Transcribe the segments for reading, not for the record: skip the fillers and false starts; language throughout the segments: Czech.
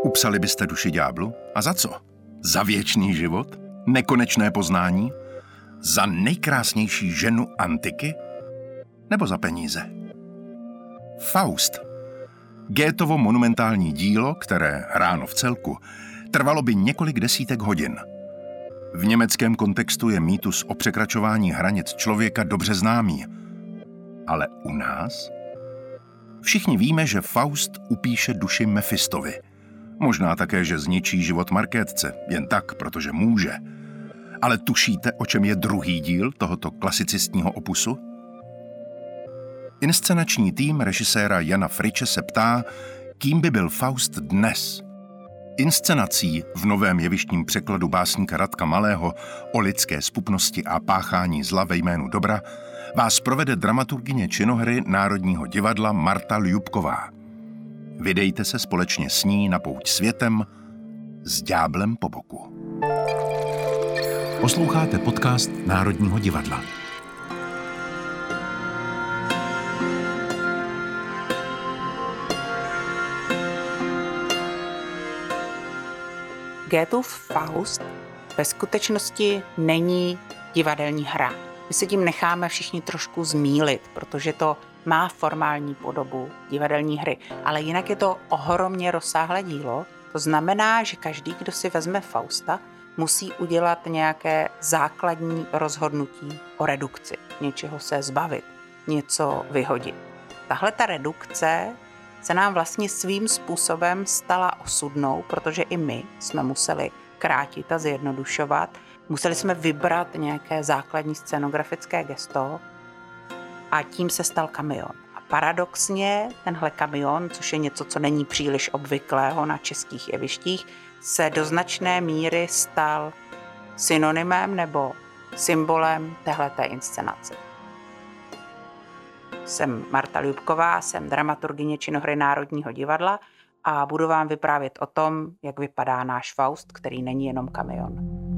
Upsali byste duši ďáblu? A za co? Za věčný život? Nekonečné poznání? Za nejkrásnější ženu antiky? Nebo za peníze? Faust. Goetheovo monumentální dílo, které hráno v celku, trvalo by několik desítek hodin. V německém kontextu je mýtus o překračování hranic člověka dobře známý. Ale u nás? Všichni víme, že Faust upíše duši Mefistovi. Možná také, že zničí život Markétce, jen tak, protože může. Ale tušíte, o čem je druhý díl tohoto klasicistního opusu? Inscenační tým režiséra Jana Friče se ptá, kým by byl Faust dnes. Inscenací v novém jevištním překladu básníka Radka Malého o lidské zpupnosti a páchání zla ve jménu dobra vás provede dramaturgyně činohry Národního divadla Marta Ljubková. Vydejte se společně s ní na pouť světem s ďáblem po boku. Posloucháte podcast Národního divadla. Goethův Faust ve skutečnosti není divadelní hra. My se tím necháme všichni trošku zmýlit, protože to má formální podobu divadelní hry, ale jinak je to ohromně rozsáhlé dílo. To znamená, že každý, kdo si vezme Fausta, musí udělat nějaké základní rozhodnutí o redukci, něčeho se zbavit, něco vyhodit. Tahle ta redukce se nám vlastně svým způsobem stala osudnou, protože i my jsme museli krátit a zjednodušovat. Museli jsme vybrat nějaké základní scenografické gesto a tím se stal kamion. A paradoxně tenhle kamion, což je něco, co není příliš obvyklého na českých jevištích, se do značné míry stal synonymem nebo symbolem téhleté inscenace. Jsem Marta Ljubková, jsem dramaturgyně činohry Národního divadla a budu vám vyprávět o tom, jak vypadá náš Faust, který není jenom kamion.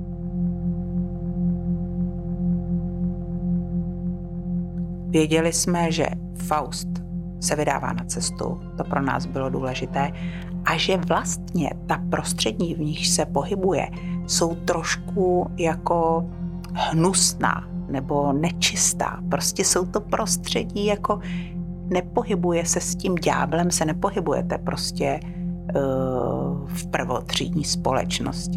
Věděli jsme, že Faust se vydává na cestu, to pro nás bylo důležité, a že vlastně ta prostředí, v nich se pohybuje, jsou trošku jako hnusná nebo nečistá. Prostě jsou to prostředí jako nepohybuje se s tím ďáblem, se nepohybujete prostě v prvotřídní společnosti.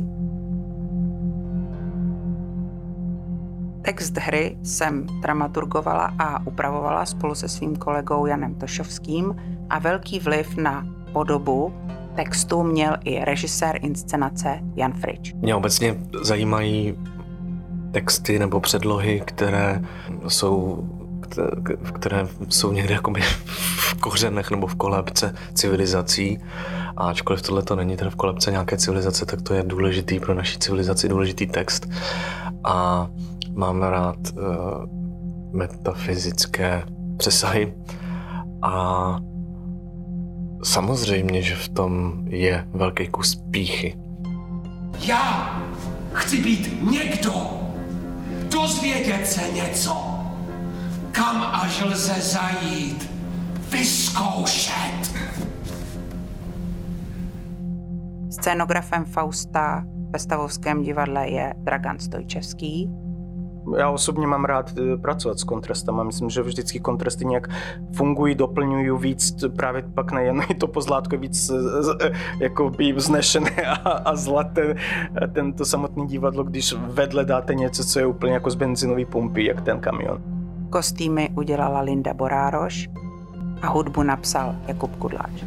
Text hry jsem dramaturgovala a upravovala spolu se svým kolegou Janem Tošovským a velký vliv na podobu textu měl i režisér inscenace Jan Frič. Mě obecně zajímají texty nebo předlohy, které jsou někde jakoby v kořenech nebo v kolébce civilizací. A ačkoliv tohle to není teda v kolébce nějaké civilizace, tak to je důležitý pro naši civilizaci, důležitý text. A mám rád metafyzické přesahy a samozřejmě, že v tom je velký kus pýchy. Já chci být někdo, dozvědět se něco, kam až lze zajít, vyzkoušet. Scénografem Fausta ve Stavovském divadle je Dragan Stojčevský. Já osobně mám rád pracovat s kontrastama. Myslím, že vždycky kontrasty nějak fungují, doplňují víc, právě pak nejen to pozlátko je víc jakoby vznešené a zlaté. Tento samotný divadlo, když vedle dáte něco, co je úplně jako z benzinové pumpy, jak ten kamion. Kostýmy udělala Linda Borároš a hudbu napsal Jakub Kudláč.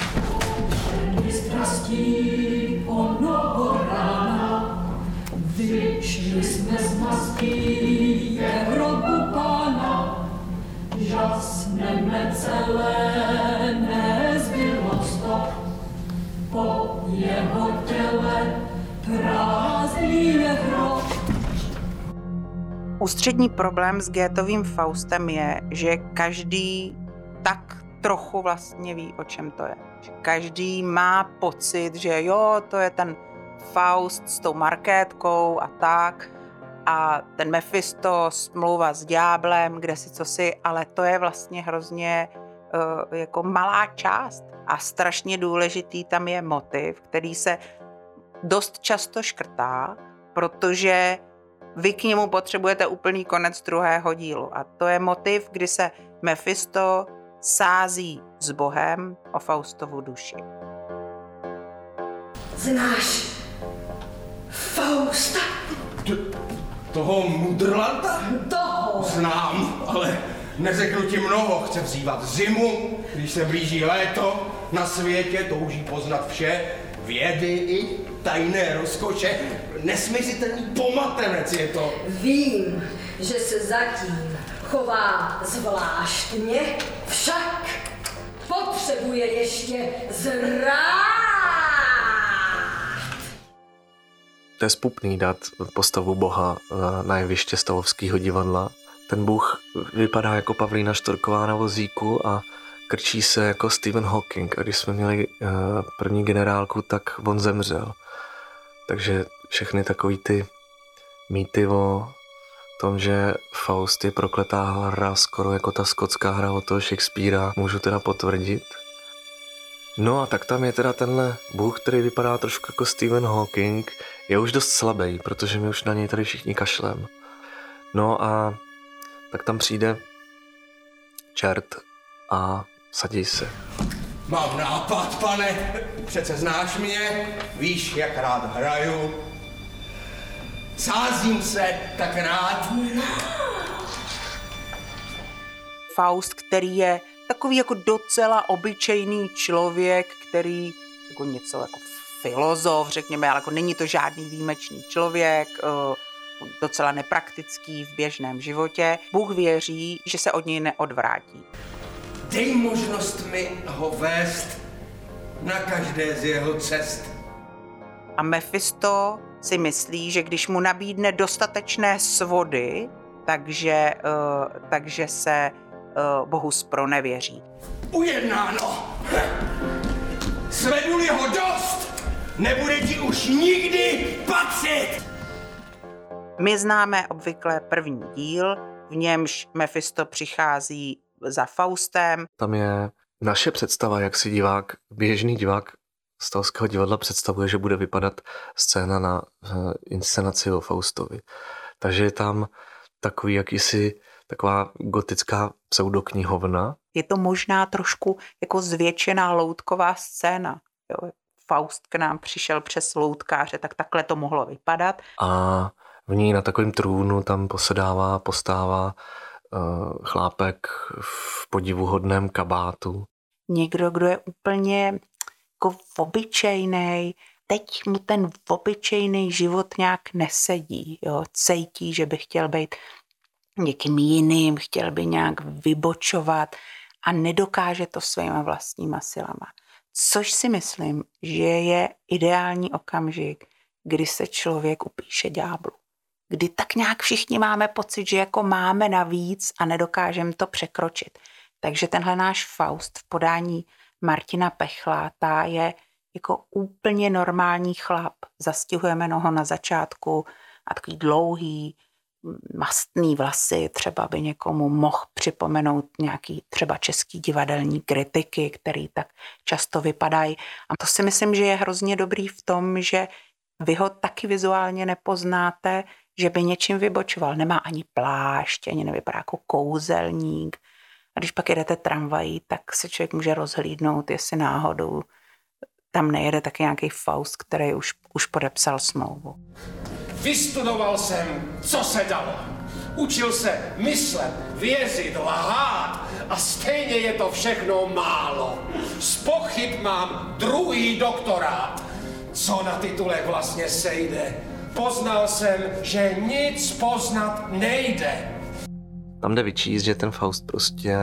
Vyšli jsme z masky hrobu pána, žasneme celé, nezbylo stop, po jeho těle prázdný je hrob. Ústřední problém s Goethovým Faustem je, že každý tak trochu vlastně ví, o čem to je. Že každý má pocit, že jo, to je ten Faust s tou Markétkou a tak, a ten Mefisto, smlouva s ďáblem, kde si co si, ale to je vlastně hrozně jako malá část. A strašně důležitý tam je motiv, který se dost často škrtá, protože vy k němu potřebujete úplný konec druhého dílu. A to je motiv, kdy se Mefisto sází s Bohem o Faustovu duši. Znáš Fausta? Toho mudrlanta? Toho! Znám, ale neřeknu ti mnoho. Chce vzývat zimu, když se blíží léto. Na světě touží poznat vše, vědy i tajné rozkoše. Nesmířitelný pomatenec je to. Vím, že se zatím chová zvláštně, však potřebuje ještě zrát. To je zpupný dát postavu boha na jeviště Stavovského divadla. Ten bůh vypadá jako Pavlína Štorková na vozíku a krčí se jako Stephen Hawking. A když jsme měli první generálku, tak on zemřel. Takže všechny takový ty mýty o tom, že Faust je prokletá hra, skoro jako ta skotská hra od toho Shakespearea, můžu teda potvrdit. No a tak tam je teda tenhle bůh, který vypadá trošku jako Stephen Hawking, je už dost slabý, protože my už na něj tady všichni kašlem. No a tak tam přijde čert a sadí se. Mám nápad, pane, přece znáš mě, víš, jak rád hraju. Sázím se tak rád. Faust, který je takový jako docela obyčejný člověk, který jako něco jako filozof, řekněme, ale jako není to žádný výjimečný člověk, docela nepraktický v běžném životě. Bůh věří, že se od něj neodvrátí. Dej možnost mi ho vést na každé z jeho cest. A Mefisto si myslí, že když mu nabídne dostatečné svody, takže se Bohu zpronevěří. Ujednáno! Svedu-li ho dost, nebude ti už nikdy patřit! My známe obvykle první díl, v němž Mefisto přichází za Faustem. Tam je naše představa, jak si běžný divák Stavovského divadla představuje, že bude vypadat scéna na inscenaci o Faustovi. Takže je tam taková gotická pseudoknihovna. Je to možná trošku jako zvětšená loutková scéna. Jo. Faust k nám přišel přes loutkáře, tak takhle to mohlo vypadat. A v ní na takovém trůnu tam postává chlápek v podivuhodném kabátu. Někdo, kdo je úplně jako obyčejnej, teď mu ten obyčejný život nějak nesedí. Jo. Cítí, že by chtěl být někým jiným, chtěl by nějak vybočovat a nedokáže to svýma vlastníma silama. Což si myslím, že je ideální okamžik, kdy se člověk upíše ďáblu. Kdy tak nějak všichni máme pocit, že jako máme navíc a nedokážeme to překročit. Takže tenhle náš Faust v podání Martina Pechláta je jako úplně normální chlap. Zastihujeme ho na začátku a takový dlouhý, mastný vlasy, třeba by někomu mohl připomenout nějaký třeba český divadelní kritiky, který tak často vypadají. A to si myslím, že je hrozně dobrý v tom, že vy ho taky vizuálně nepoznáte, že by něčím vybočoval. Nemá ani plášť, ani nevypadá jako kouzelník. A když pak jedete tramvají, tak se člověk může rozhlídnout, jestli náhodou tam nejede taky nějaký Faust, který už podepsal smlouvu. Vystudoval jsem, co se dalo. Učil se myslet, věřit, lhát a stejně je to všechno málo. Z pochyb mám druhý doktorát. Co na titulek vlastně sejde? Poznal jsem, že nic poznat nejde. Tam jde vyčíst, že ten Faust prostě...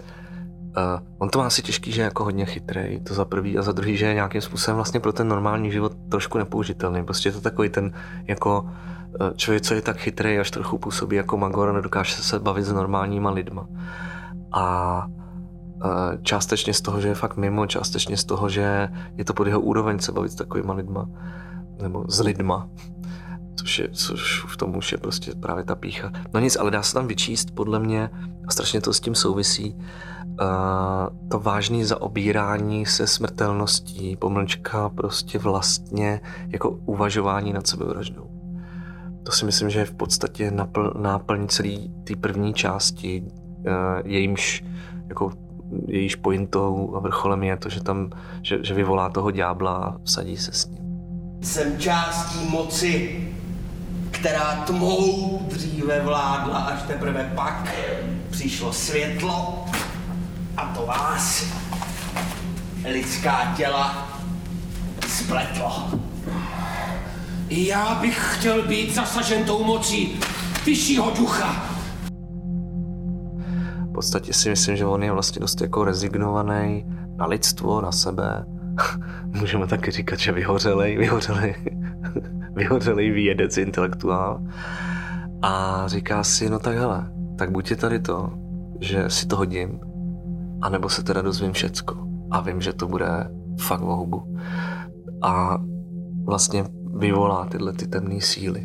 on to má asi těžký, že je jako hodně chytrej, to za prvý, a za druhý, že je nějakým způsobem vlastně pro ten normální život trošku nepoužitelný. Prostě je to takový ten jako člověk, co je tak chytrej, až trochu působí jako magor a nedokáže se bavit s normálníma lidma. A částečně z toho, že je fakt mimo, částečně z toho, že je to pod jeho úroveň se bavit s takovýma lidma, nebo s lidma, což což v tom už je prostě právě ta pýcha. No nic, ale dá se tam vyčíst, podle mě, a strašně to s tím souvisí, to vážné zaobírání se smrtelností, pomlčka prostě vlastně jako uvažování nad sebevraždou. To si myslím, že je v podstatě náplň celé té první části, jejíž pointou a vrcholem je to, že vyvolá toho ďábla a vsadí se s ním. Jsem částí moci, která tmou dříve vládla, až teprve pak přišlo světlo a to vás, lidská těla, spletlo. I já bych chtěl být zasažen tou mocí vyššího ducha. V podstatě si myslím, že on je vlastně dost jako rezignovaný na lidstvo, na sebe. Můžeme taky říkat, že vyhořelej vědec, intelektuál. A říká si, no tak hele, tak buď je tady to, že si to hodím, anebo se teda dozvím všecko. A vím, že to bude fakt o hubu. A vlastně vyvolá tyhle ty temné síly.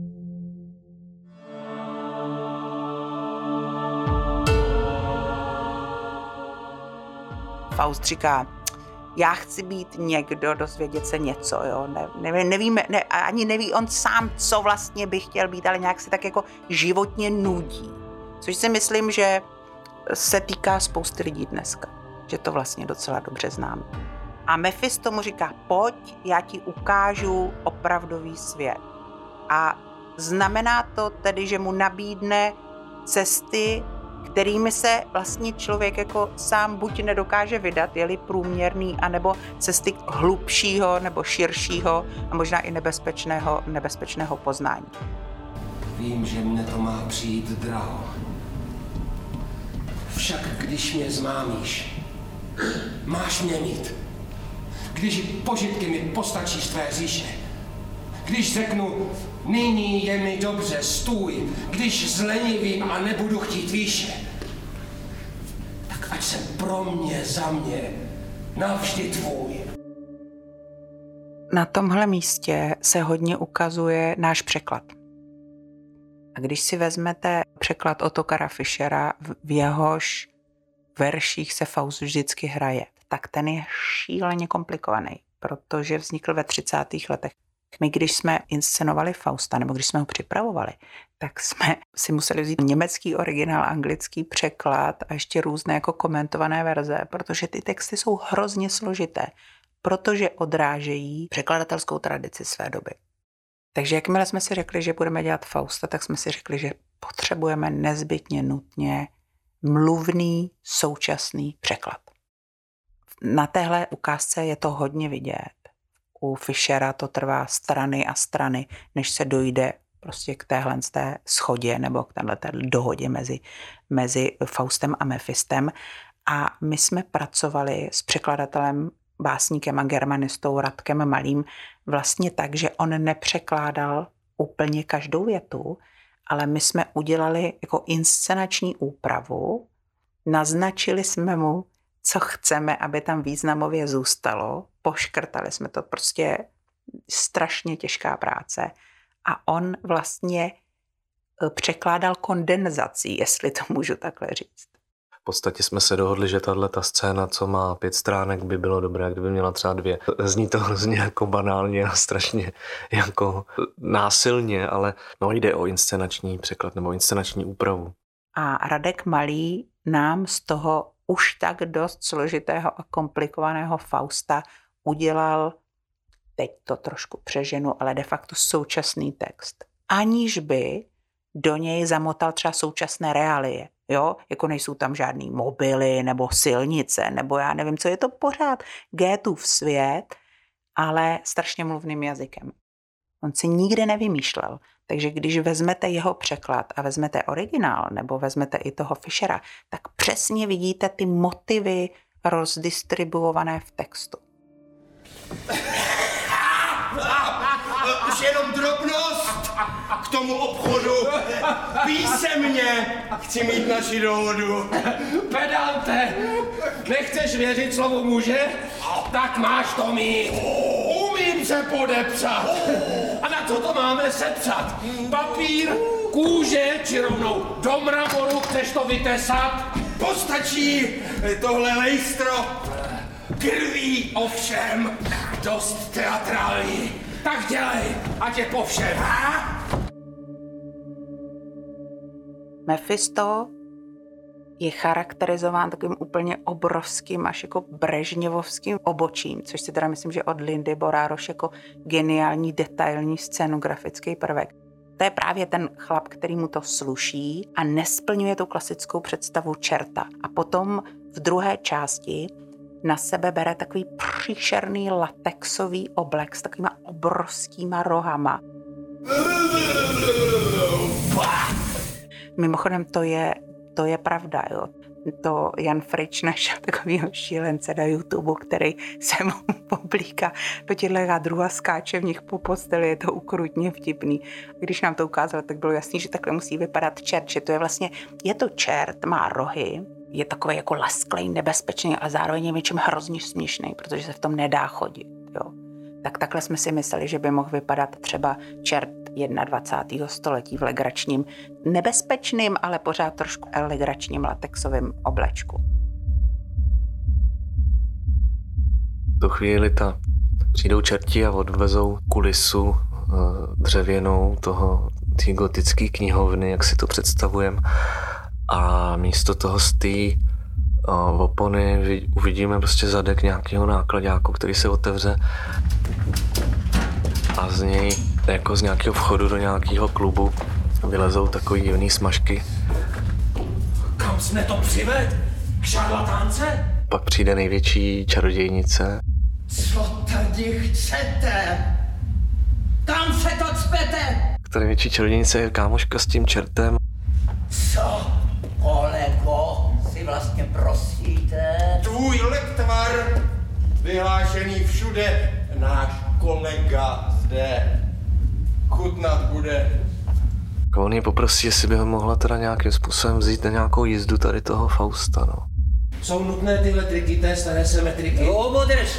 Faust říká, já chci být někdo, dozvědět se něco, jo. Nevíme, ani neví on sám, co vlastně by chtěl být, ale nějak se tak jako životně nudí. Což si myslím, že se týká spousty lidí dneska. Že to vlastně docela dobře znám. A Mephisto mu říká, pojď, já ti ukážu opravdový svět. A znamená to tedy, že mu nabídne cesty, kterými se vlastně člověk jako sám buď nedokáže vydat, je-li průměrný, anebo cesty hlubšího nebo širšího a možná i nebezpečného poznání. Vím, že mne to má přijít draho. Však když mě zmámíš, máš mě mít. Když požitky mi postačí z tvé říše. Když řeknu, nyní je mi dobře, stůj. Když zlenivím a nebudu chtít výše. Tak ať jsem pro mě, za mě, navždy tvůj. Na tomhle místě se hodně ukazuje náš překlad. A když si vezmete překlad Ottokara Fischera, v jehož verších se Faust vždycky hraje, tak ten je šíleně komplikovaný, protože vznikl ve 30. letech. My, když jsme inscenovali Fausta, nebo když jsme ho připravovali, tak jsme si museli vzít německý originál, anglický překlad a ještě různé jako komentované verze, protože ty texty jsou hrozně složité, protože odrážejí překladatelskou tradici své doby. Takže jakmile jsme si řekli, že budeme dělat Fausta, tak jsme si řekli, že potřebujeme nezbytně nutně mluvný současný překlad. Na téhle ukázce je to hodně vidět. U Fischera to trvá strany a strany, než se dojde prostě k téhle shodě nebo k této dohodě mezi Faustem a Mephistem. A my jsme pracovali s překladatelem, básníkem a germanistou Radkem Malým vlastně tak, že on nepřekládal úplně každou větu, ale my jsme udělali jako inscenační úpravu, naznačili jsme mu, co chceme, aby tam významově zůstalo, poškrtali jsme to, prostě strašně těžká práce a on vlastně překládal kondenzací, jestli to můžu takhle říct. V podstatě jsme se dohodli, že tato scéna, co má 5 stránek, by bylo dobré, kdyby měla třeba 2. Zní to hrozně jako banálně a strašně jako násilně, ale no jde o inscenační překlad nebo inscenační úpravu. A Radek Malý nám z toho už tak dost složitého a komplikovaného Fausta udělal, teď to trošku přeženu, ale de facto současný text. Aniž by do něj zamotal třeba současné reálie. Jo? Jako nejsou tam žádný mobily nebo silnice, nebo já nevím, co je to pořád Goethův svět, ale strašně mluvným jazykem. On si nikdy nevymýšlel. Takže když vezmete jeho překlad a vezmete originál, nebo vezmete i toho Fischera, tak přesně vidíte ty motivy rozdistribuované v textu. Už jenom drobnost k tomu obchodu. Písemně chci mít naši dohodu. Pedante, nechceš věřit slovu muže? Tak máš to mít. Umím Musím se podepsat. A na co to máme sepsat? Papír, kůže či rovnou do mramoru, chceš to vytesat? Postačí tohle lejstro. Krví ovšem. Dost teatrální. Tak dělej, ať je po všem. Mephisto je charakterizován takovým úplně obrovským až jako brežněvovským obočím, což si teda myslím, že od Lindy Borároš jako geniální detailní scénografický prvek. To je právě ten chlap, který mu to sluší a nesplňuje tu klasickou představu čerta. A potom v druhé části na sebe bere takový příšerný latexový oblek s takovýma obrovskýma rohama. Mimochodem to je pravda, jo. To Jan Frič našel takovýho šílence na YouTube, který se mu oblíká do těchto hadrů a skáče v nich po posteli, je to ukrutně vtipný. Když nám to ukázal, tak bylo jasný, že takhle musí vypadat čert, že to je vlastně, je to čert, má rohy, je takový jako lesklej, nebezpečný a zároveň je něčím hrozně směšný, protože se v tom nedá chodit, jo. Tak takhle jsme si mysleli, že by mohl vypadat třeba čert 21. století v legračním, nebezpečným, ale pořád trošku legračním latexovém oblečku. V tu chvíli přijdou čerti a odvezou kulisu dřevěnou té gotické knihovny, jak si to představujeme. A místo toho z té opony uvidíme prostě zadek nějakého nákladáku, který se otevře a z něj jako z nějakého vchodu do nějakého klubu vylezou takový divný smažky. Kam jsme to přived? K šarlatánce? Pak přijde největší čarodějnice. Co tady chcete? Kam se to cpete? Ta největší čarodějnice je kámoška s tím čertem. Co, kolego, si vlastně prosíte? Tvůj lektvar, vyhlášený všude, náš kolega zde chutnat bude. On je poprosí, jestli by ho mohla teda nějakým způsobem vzít na nějakou jízdu tady toho Fausta, no. Jsou nutné tyhle triky té staré symetriky? Jo, budeš.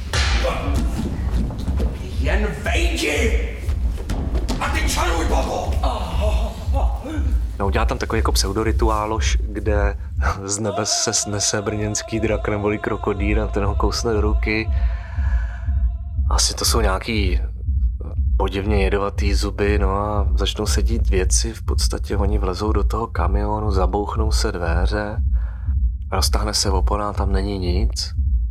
Jen vejdi! A ty čaruj, babo! No, udělá tam takový jako pseudorituáloš, kde z nebes se snese brněnský drak neboli krokodýl a ten ho kousne do ruky. Asi to jsou nějaký podivně jedovatý zuby, no a začnou se dít věci, v podstatě oni vlezou do toho kamionu, zabouchnou se dveře, roztáhne se opona, tam není nic.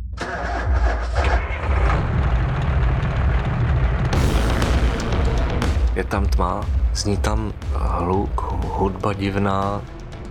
Je tam tma, zní tam hluk, hudba divná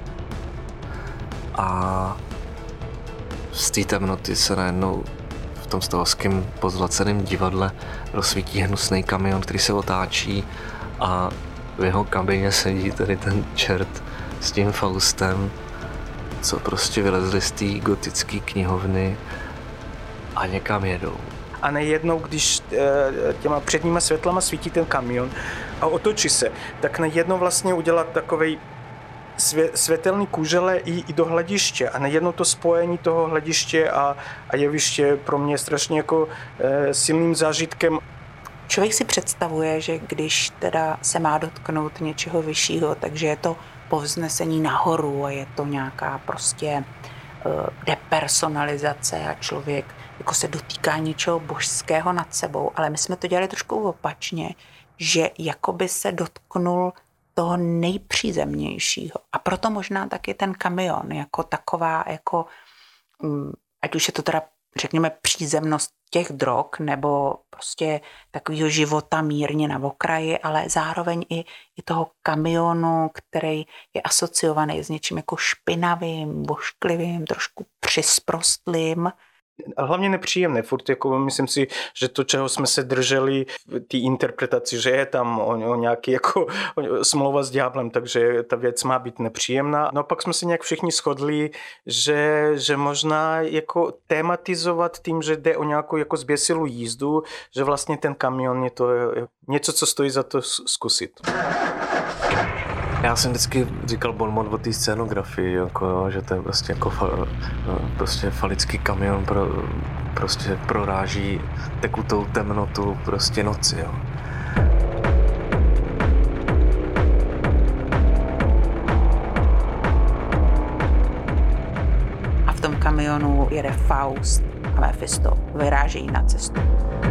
a z té temnoty se najednou v tom stavovském pozlaceném divadle rozsvítí hnusný kamion, který se otáčí a v jeho kabině sedí tady ten čert s tím Faustem, co prostě vylezli z té gotické knihovny a někam jedou. A najednou, když těma předníma světlama svítí ten kamion a otočí se, tak najednou vlastně udělat takovej světelný kůžele i do hlediště a najednou to spojení toho hlediště a jeviště pro mě je strašně jako silným zážitkem. Člověk si představuje, že když teda se má dotknout něčeho vyššího, takže je to povznesení nahoru a je to nějaká prostě depersonalizace a člověk jako se dotýká něčeho božského nad sebou, ale my jsme to dělali trošku opačně, že jakoby se dotknul toho nejpřízemnějšího. A proto možná taky ten kamion jako taková, jako, ať už je to teda, řekněme, přízemnost těch drog, nebo prostě takového života mírně na okraji, ale zároveň i toho kamionu, který je asociovaný s něčím jako špinavým, vošklivým, trošku přisprostlým. A hlavně nepříjemné, furt jako myslím si, že to, čeho jsme se drželi v té interpretaci, že je tam o nějaký jako smlouva s ďáblem, takže ta věc má být nepříjemná. No pak jsme se nějak všichni shodli, že možná jako tematizovat tím, že jde o nějakou jako zběsilou jízdu, že vlastně ten kamion je to něco, co stojí za to zkusit. Já jsem vždycky říkal bonmot o té scénografii, jako, jo, že to je prostě jako prostě falický kamion prostě proráží tekutou temnotu prostě noci. Jo. A v tom kamionu jede Faust a Mephisto vyrážejí na cestu.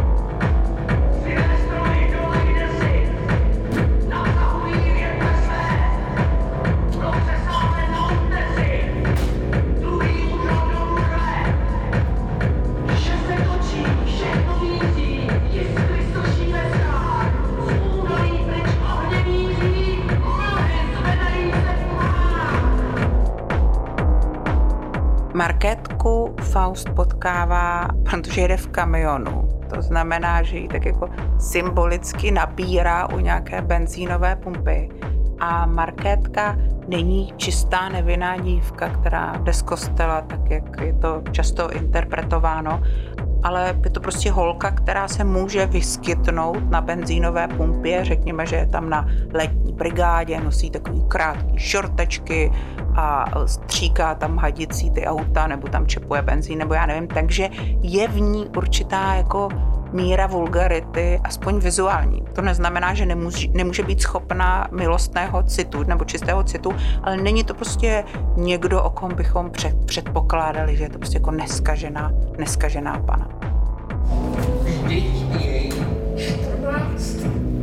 Markétku Faust potkává, protože jede v kamionu. To znamená, že ji tak jako symbolicky nabírá u nějaké benzínové pumpy. A Markétka není čistá nevinná dívka, která jde z kostela, tak jak je to často interpretováno, ale je to prostě holka, která se může vyskytnout na benzínové pumpě. Řekněme, že je tam na letní brigádě, nosí takový krátký šortečky a stříká tam hadicí ty auta, nebo tam čepuje benzín, nebo já nevím. Takže je v ní určitá jako míra vulgarity, aspoň vizuální. To neznamená, že nemůže být schopná milostného citu nebo čistého citu, ale není to prostě někdo, o kom bychom předpokládali, že je to prostě jako neskažená pana. Vždyť jej 14.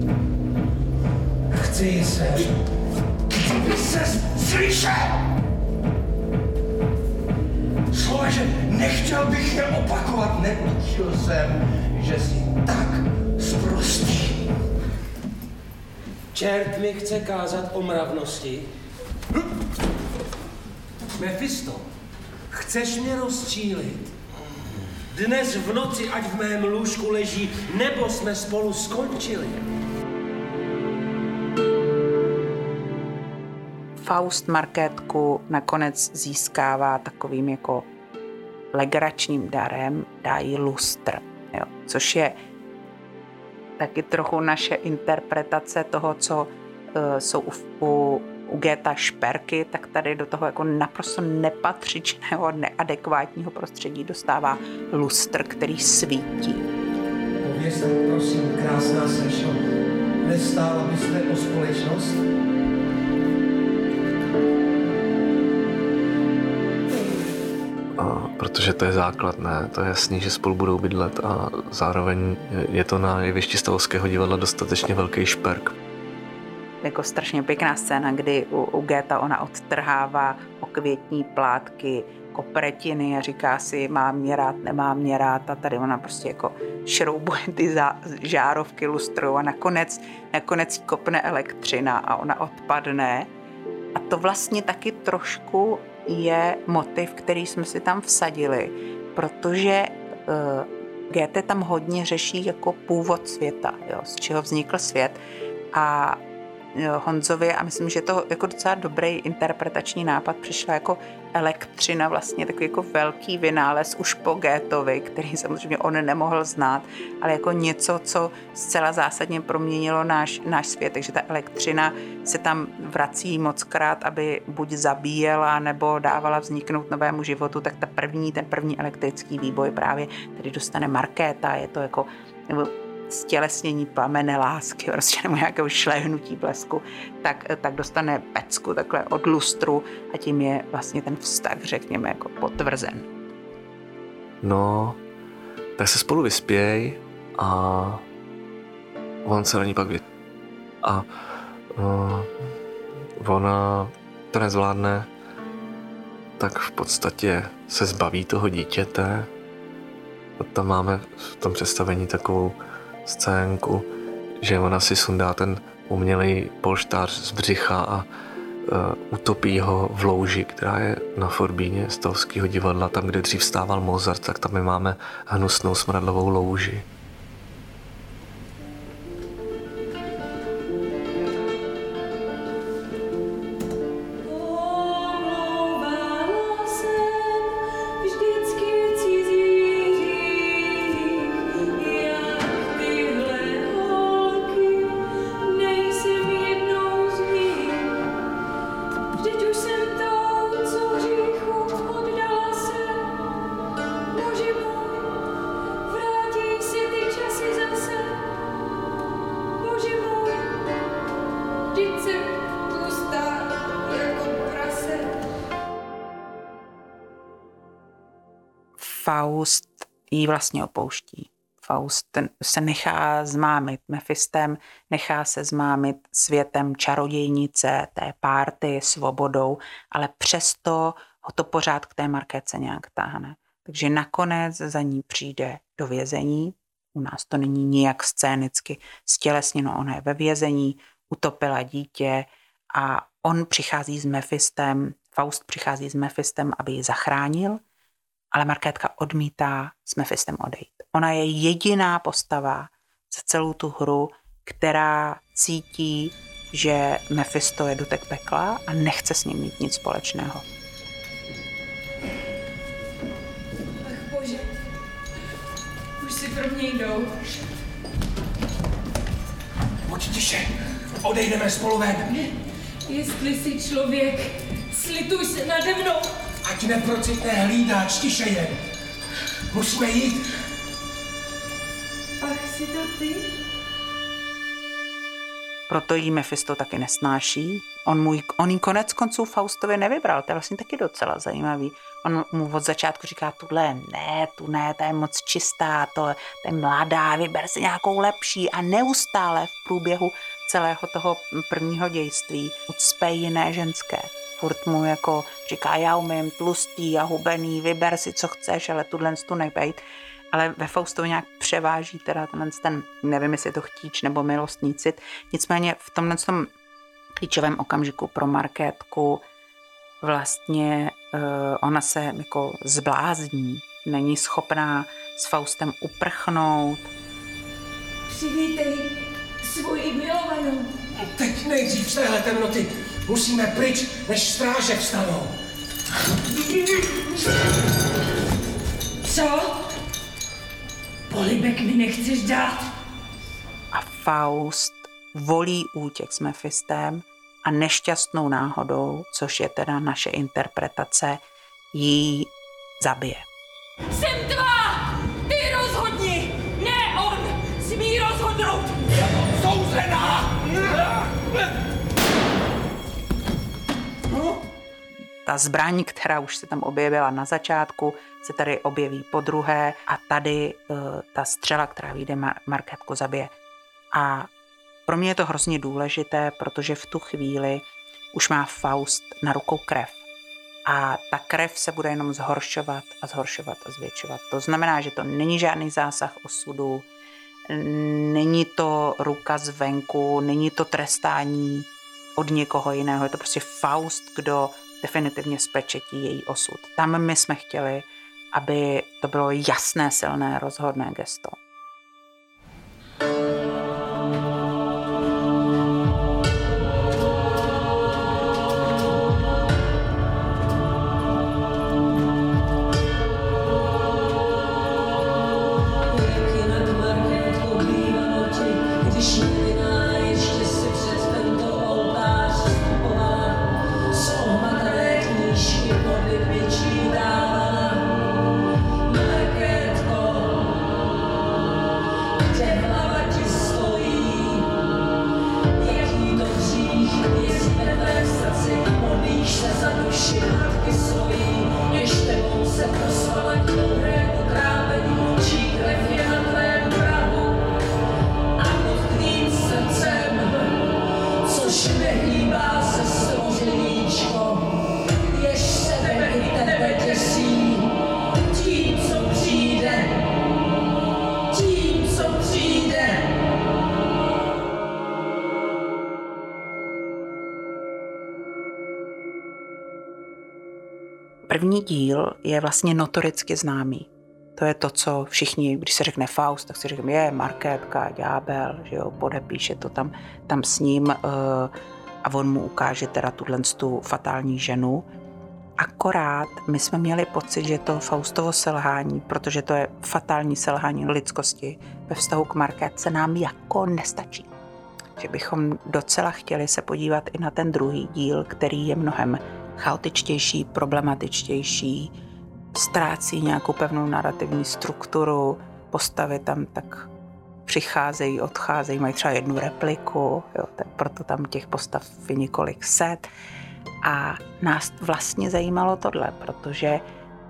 Chci se, kdyby ses slyšel! Slova, že nechtěl bych je opakovat, netušil jsem, že jsi tak sprostý. Čert mi chce kázat o mravnosti. Mephisto, chceš mě rozčílit? Dnes v noci, ať v mém lůžku leží, nebo jsme spolu skončili. Faust Markétku nakonec získává takovým jako legračním darem, dá jí lustr, jo, což je taky trochu naše interpretace toho, co jsou u Goetha šperky, tak tady do toho jako naprosto nepatřičného, neadekvátního prostředí dostává lustr, který svítí. Povězte, prosím, krásná slečno, nestála byste o společnost? Protože to je základ, ne? To je jasný, že spolu budou bydlet a zároveň je to na jevišti Stavovského divadla dostatečně velký šperk. Jako strašně pěkná scéna, kdy u Goetha ona odtrhává okvětní plátky, kopretiny a říká si, mám mě rád, nemám mě rád, a tady ona prostě jako šroubuje ty žárovky lustrou a nakonec jí kopne elektřina a ona odpadne. A to vlastně taky trošku je motiv, který jsme si tam vsadili, protože Goethe tam hodně řeší jako původ světa, jo, z čeho vznikl svět. A Honzovi, a myslím, že to jako docela dobrý interpretační nápad, přišla jako elektřina, vlastně takový jako velký vynález už po Goetheovi, který samozřejmě on nemohl znát, ale jako něco, co zcela zásadně proměnilo náš svět. Takže ta elektřina se tam vrací mockrát, aby buď zabíjela nebo dávala vzniknout novému životu, tak ten první elektrický výboj právě tady dostane Markéta, je to jako stělesnění plamene lásky, prostě nebo nějakého šléhnutí blesku, tak dostane pecku takhle od lustru a tím je vlastně ten vztah, řekněme, jako potvrzen. No, tak se spolu vyspěj a on se na ní pak a ona to nezvládne, tak v podstatě se zbaví toho dítěte. Tam máme v tom představení takovou scénku, že ona si sundá ten umělej polštář z břicha a utopí ho v louži, která je na Forbíně Stavovského divadla, tam, kde dřív stával Mozart, tak tam my máme hnusnou smradlovou louži. Faust jí vlastně opouští. Faust se nechá zmámit Mefistem, nechá se zmámit světem čarodějnice, té párty, svobodou, ale přesto ho to pořád k té Markétce nějak táhne. Takže nakonec za ní přijde do vězení. U nás to není nijak scénicky stělesněno, ona je ve vězení, utopila dítě a on přichází s Mefistem, Faust přichází s Mefistem, aby ji zachránil, ale Markétka odmítá s Mefistem odejít. Ona je jediná postava za celou tu hru, která cítí, že Mefisto je dutek pekla a nechce s ním mít nic společného. Ach bože, už si pro mě jdou. Pojď tiše, odejdeme spolu ven. Jestli jsi člověk, slituj se nade mnou. Ať neprocitne hlídač, tiše jen. Musíme jít. Ach, jsi to ty? Proto jí Mefisto taky nesnáší. On jí konec konců Faustovi nevybral, to je vlastně taky docela zajímavý. On mu od začátku říká, tu ne, ta je moc čistá, to je mladá, vyber si nějakou lepší a neustále v průběhu celého toho prvního dějství ucpe jiné ženské. Furt mu jako říká, já umím tlustý a hubený, vyber si, co chceš, ale tuhle tu nebejt. Ale ve Faustovi nějak převáží teda ten, nevím, jestli je to chtíč nebo milostný cit. Nicméně v tomhle tom klíčovém okamžiku pro Markétku vlastně ona se jako zblázní, není schopná s Faustem uprchnout. Přivítej svoji milovanou. Teď nejdřív z téhle temnoty. Musíme pryč, než stráže vstanou. Co? Polibek mi nechceš dát? A Faust volí útěk s Mefistem a nešťastnou náhodou, což je teda naše interpretace, jí zabije. Jsem tvá! Ty rozhodni! Ne on! Smí rozhodnout! Souzená! Ta zbraň, která už se tam objevila na začátku, se tady objeví podruhé a tady ta střela, která vyjde, Markétku zabije. A pro mě je to hrozně důležité, protože v tu chvíli už má Faust na rukou krev. A ta krev se bude jenom zhoršovat a zvětšovat. To znamená, že to není žádný zásah osudu, není to ruka zvenku, není to trestání od někoho jiného. Je to prostě Faust, kdo definitivně spečetí její osud. Tam my jsme chtěli, aby to bylo jasné, silné, rozhodné gesto. První díl je vlastně notoricky známý. To je to, co všichni, když se řekne Faust, tak si řekne, je Markétka, ďábel, že jo, podepíše to tam s ním a on mu ukáže teda tu fatální ženu. Akorát my jsme měli pocit, že to Faustovo selhání, protože to je fatální selhání lidskosti ve vztahu k Markétce, nám jako nestačí. Že bychom docela chtěli se podívat i na ten druhý díl, který je mnohem chaotičtější, problematičtější, ztrácí nějakou pevnou narrativní strukturu, postavy tam tak přicházejí, odcházejí, mají třeba jednu repliku, jo, proto tam těch postav je několik set. A nás vlastně zajímalo tohle, protože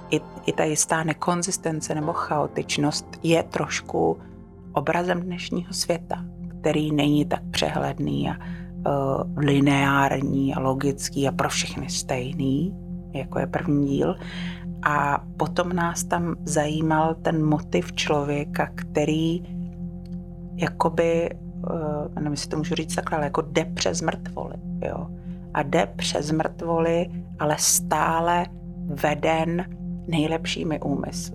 i ta jistá nekonzistence nebo chaotičnost je trošku obrazem dnešního světa, který není tak přehledný a lineární a logický a pro všechny stejný, jako je první díl. A potom nás tam zajímal ten motiv člověka, který jakoby, nevím, jestli to můžu říct takhle, ale jako jde přes mrtvoly, jo. A jde přes mrtvoly, ale stále veden nejlepšími úmysly.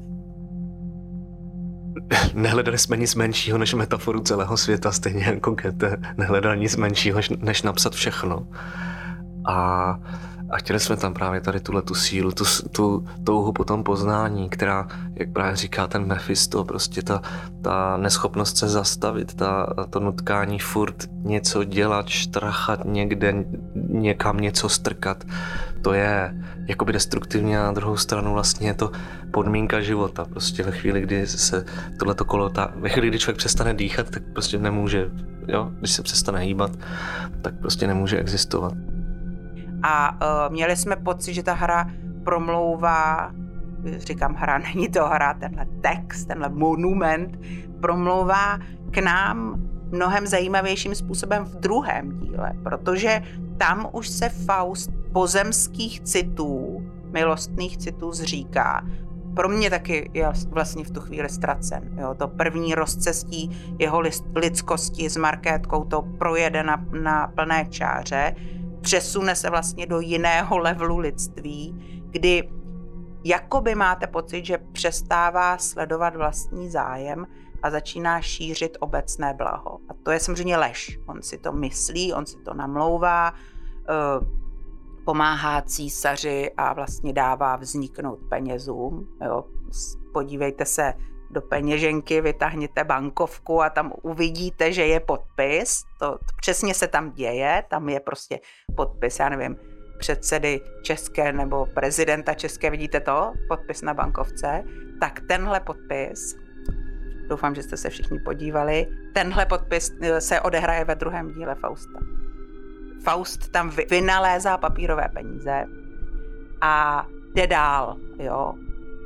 Nehledali jsme nic menšího než metaforu celého světa, stejně jako Goethe nehledal nic menšího než napsat všechno. A chtěli jsme tam právě tady tu sílu, tu touhu po tom poznání, která, jak právě říká ten Mephisto, prostě ta neschopnost se zastavit, to nutkání furt něco dělat, štrachat někde, někam něco strkat, to je jakoby destruktivní a na druhou stranu vlastně je to podmínka života. Prostě ve chvíli, kdy se tohleto kolo, ve chvíli, kdy člověk přestane dýchat, tak prostě nemůže, jo, když se přestane hýbat, tak prostě nemůže existovat. A měli jsme pocit, že ta hra promlouvá, říkám hra, není to hra, tenhle text, tenhle monument, promlouvá k nám mnohem zajímavějším způsobem v druhém díle, protože tam už se Faust pozemských citů, milostných citů zříká. Pro mě taky je vlastně v tu chvíli ztracen. Jo? To první rozcestí jeho lidskosti s Markétkou to projede na plné čáře, přesune se vlastně do jiného levelu lidství, kdy jakoby máte pocit, že přestává sledovat vlastní zájem a začíná šířit obecné blaho. A to je samozřejmě lež. On si to myslí, on si to namlouvá, pomáhá císaři a vlastně dává vzniknout penězům. Jo. Podívejte se do peněženky, vytáhněte bankovku a tam uvidíte, že je podpis. To přesně se tam děje, tam je prostě podpis, já nevím, předsedy české nebo prezidenta české, vidíte to? Podpis na bankovce. Tak tenhle podpis, doufám, že jste se všichni podívali, tenhle podpis se odehraje ve druhém díle Fausta. Faust tam vynalézá papírové peníze a jde dál, jo.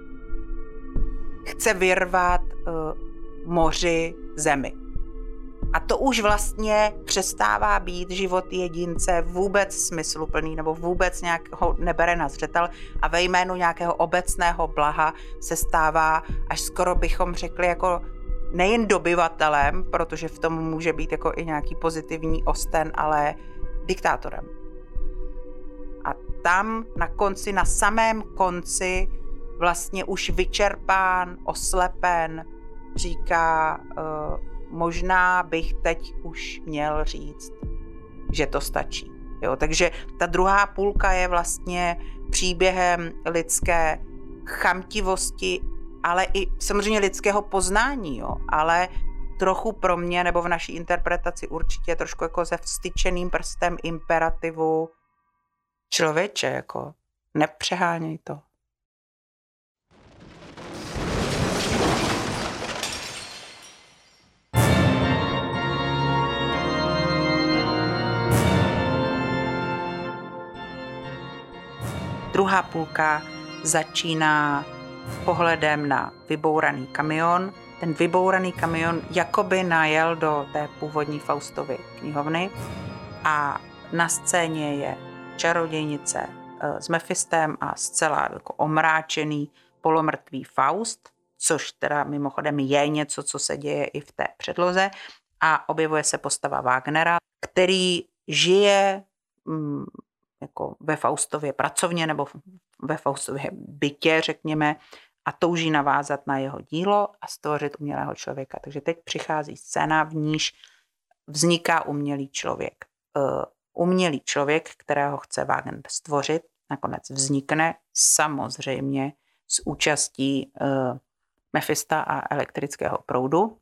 Chce vyrvat moři zemi. A to už vlastně přestává být život jedince vůbec smysluplný nebo vůbec nějak ho nebere na zřetel a ve jménu nějakého obecného blaha se stává, až skoro bychom řekli, jako nejen dobyvatelem, protože v tom může být jako i nějaký pozitivní osten, ale diktátorem. A tam na konci, na samém konci vlastně už vyčerpán, oslepen, říká, možná bych teď už měl říct, že to stačí. Jo, takže ta druhá půlka je vlastně příběhem lidské chamtivosti, ale i samozřejmě lidského poznání, jo, ale trochu pro mě, nebo v naší interpretaci určitě trošku jako se vstyčeným prstem imperativu člověče, jako nepřeháněj to. Druhá půlka začíná pohledem na vybouraný kamion. Ten vybouraný kamion jakoby najel do té původní Faustovy knihovny a na scéně je čarodějnice s Mephistem a zcela jako omráčený polomrtvý Faust, což teda mimochodem je něco, co se děje i v té předloze, a objevuje se postava Wagnera, který žije jako ve Faustově pracovně nebo ve Faustově bytě, řekněme, a touží navázat na jeho dílo a stvořit umělého člověka. Takže teď přichází scéna, v níž vzniká umělý člověk. Umělý člověk, kterého chce Wagner stvořit, nakonec vznikne samozřejmě s účastí Mephista a elektrického proudu.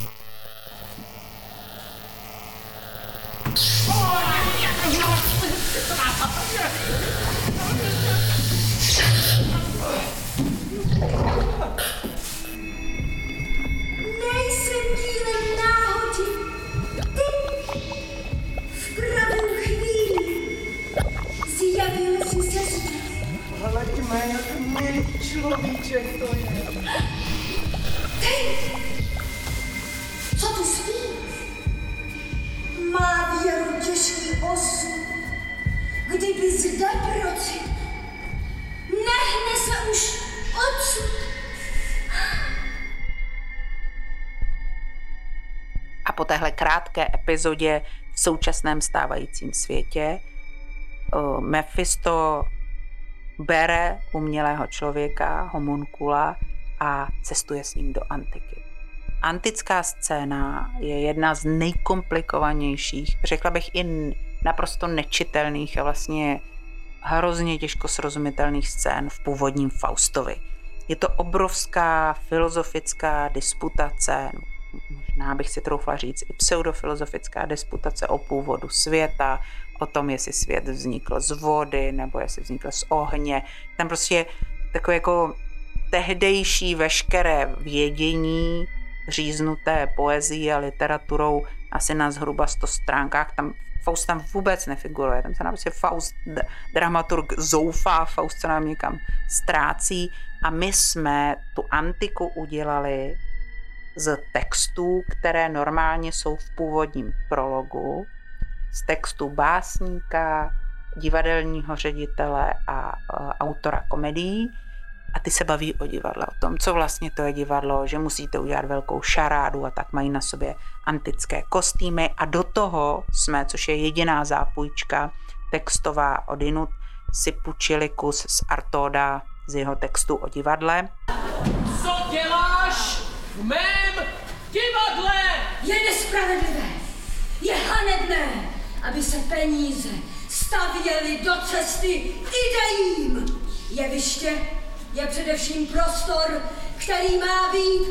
Nejsem dílem náhody. Ty v pravou chvíli zjavil si se zde. Hleďme, jak milý člověk. Bože, to je. Co tu spí? Má věru těžký osud. Kdyby zde procit, nehne se už odsud. A po téhle krátké epizodě v současném stávajícím světě Mephisto bere umělého člověka, homunkula, a cestuje s ním do antiky. Antická scéna je jedna z nejkomplikovanějších, řekla bych i naprosto nečitelných a vlastně hrozně těžko srozumitelných scén v původním Faustovi. Je to obrovská filozofická disputace, možná bych si troufla říct i pseudofilozofická disputace o původu světa, o tom, jestli svět vznikl z vody nebo jestli vznikl z ohně. Tam prostě takové jako tehdejší veškeré vědění říznuté poezií a literaturou asi na zhruba 100 stránkách. Tam Faust tam vůbec nefiguruje. Tam se nám prostě Faust, dramaturg zoufá, Faust se nám někam ztrácí a my jsme tu antiku udělali z textů, které normálně jsou v původním prologu, z textů básníka, divadelního ředitele a autora komedií. A ty se baví o divadle, o tom, co vlastně to je divadlo, že musíte udělat velkou šarádu a tak mají na sobě antické kostýmy. A do toho jsme, což je jediná zápůjčka textová odinut, si půjčili kus z Artóda z jeho textu o divadle. Co děláš v mém divadle? Je nespravedlivé, je hanebné, aby se peníze stavěly do cesty idejím. Jeviště je především prostor, který má být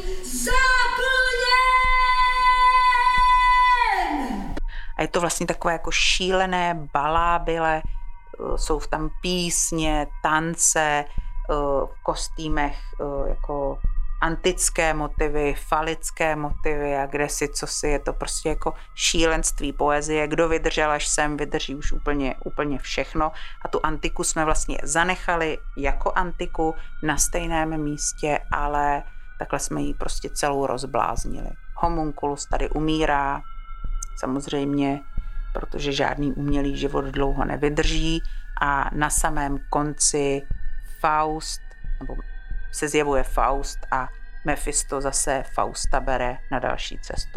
zaplněn. A je to vlastně takové jako šílené balábile, jsou tam písně, tance, v kostýmech jako antické motivy, falické motivy a kdesi cosi, je to prostě jako šílenství poezie. Kdo vydržel až sem, vydrží už úplně všechno. A tu antiku jsme vlastně zanechali jako antiku na stejném místě, ale takhle jsme ji prostě celou rozbláznili. Homunculus tady umírá, samozřejmě, protože žádný umělý život dlouho nevydrží a na samém konci Faust, nebo se zjevuje Faust a Mephisto zase Fausta bere na další cestu.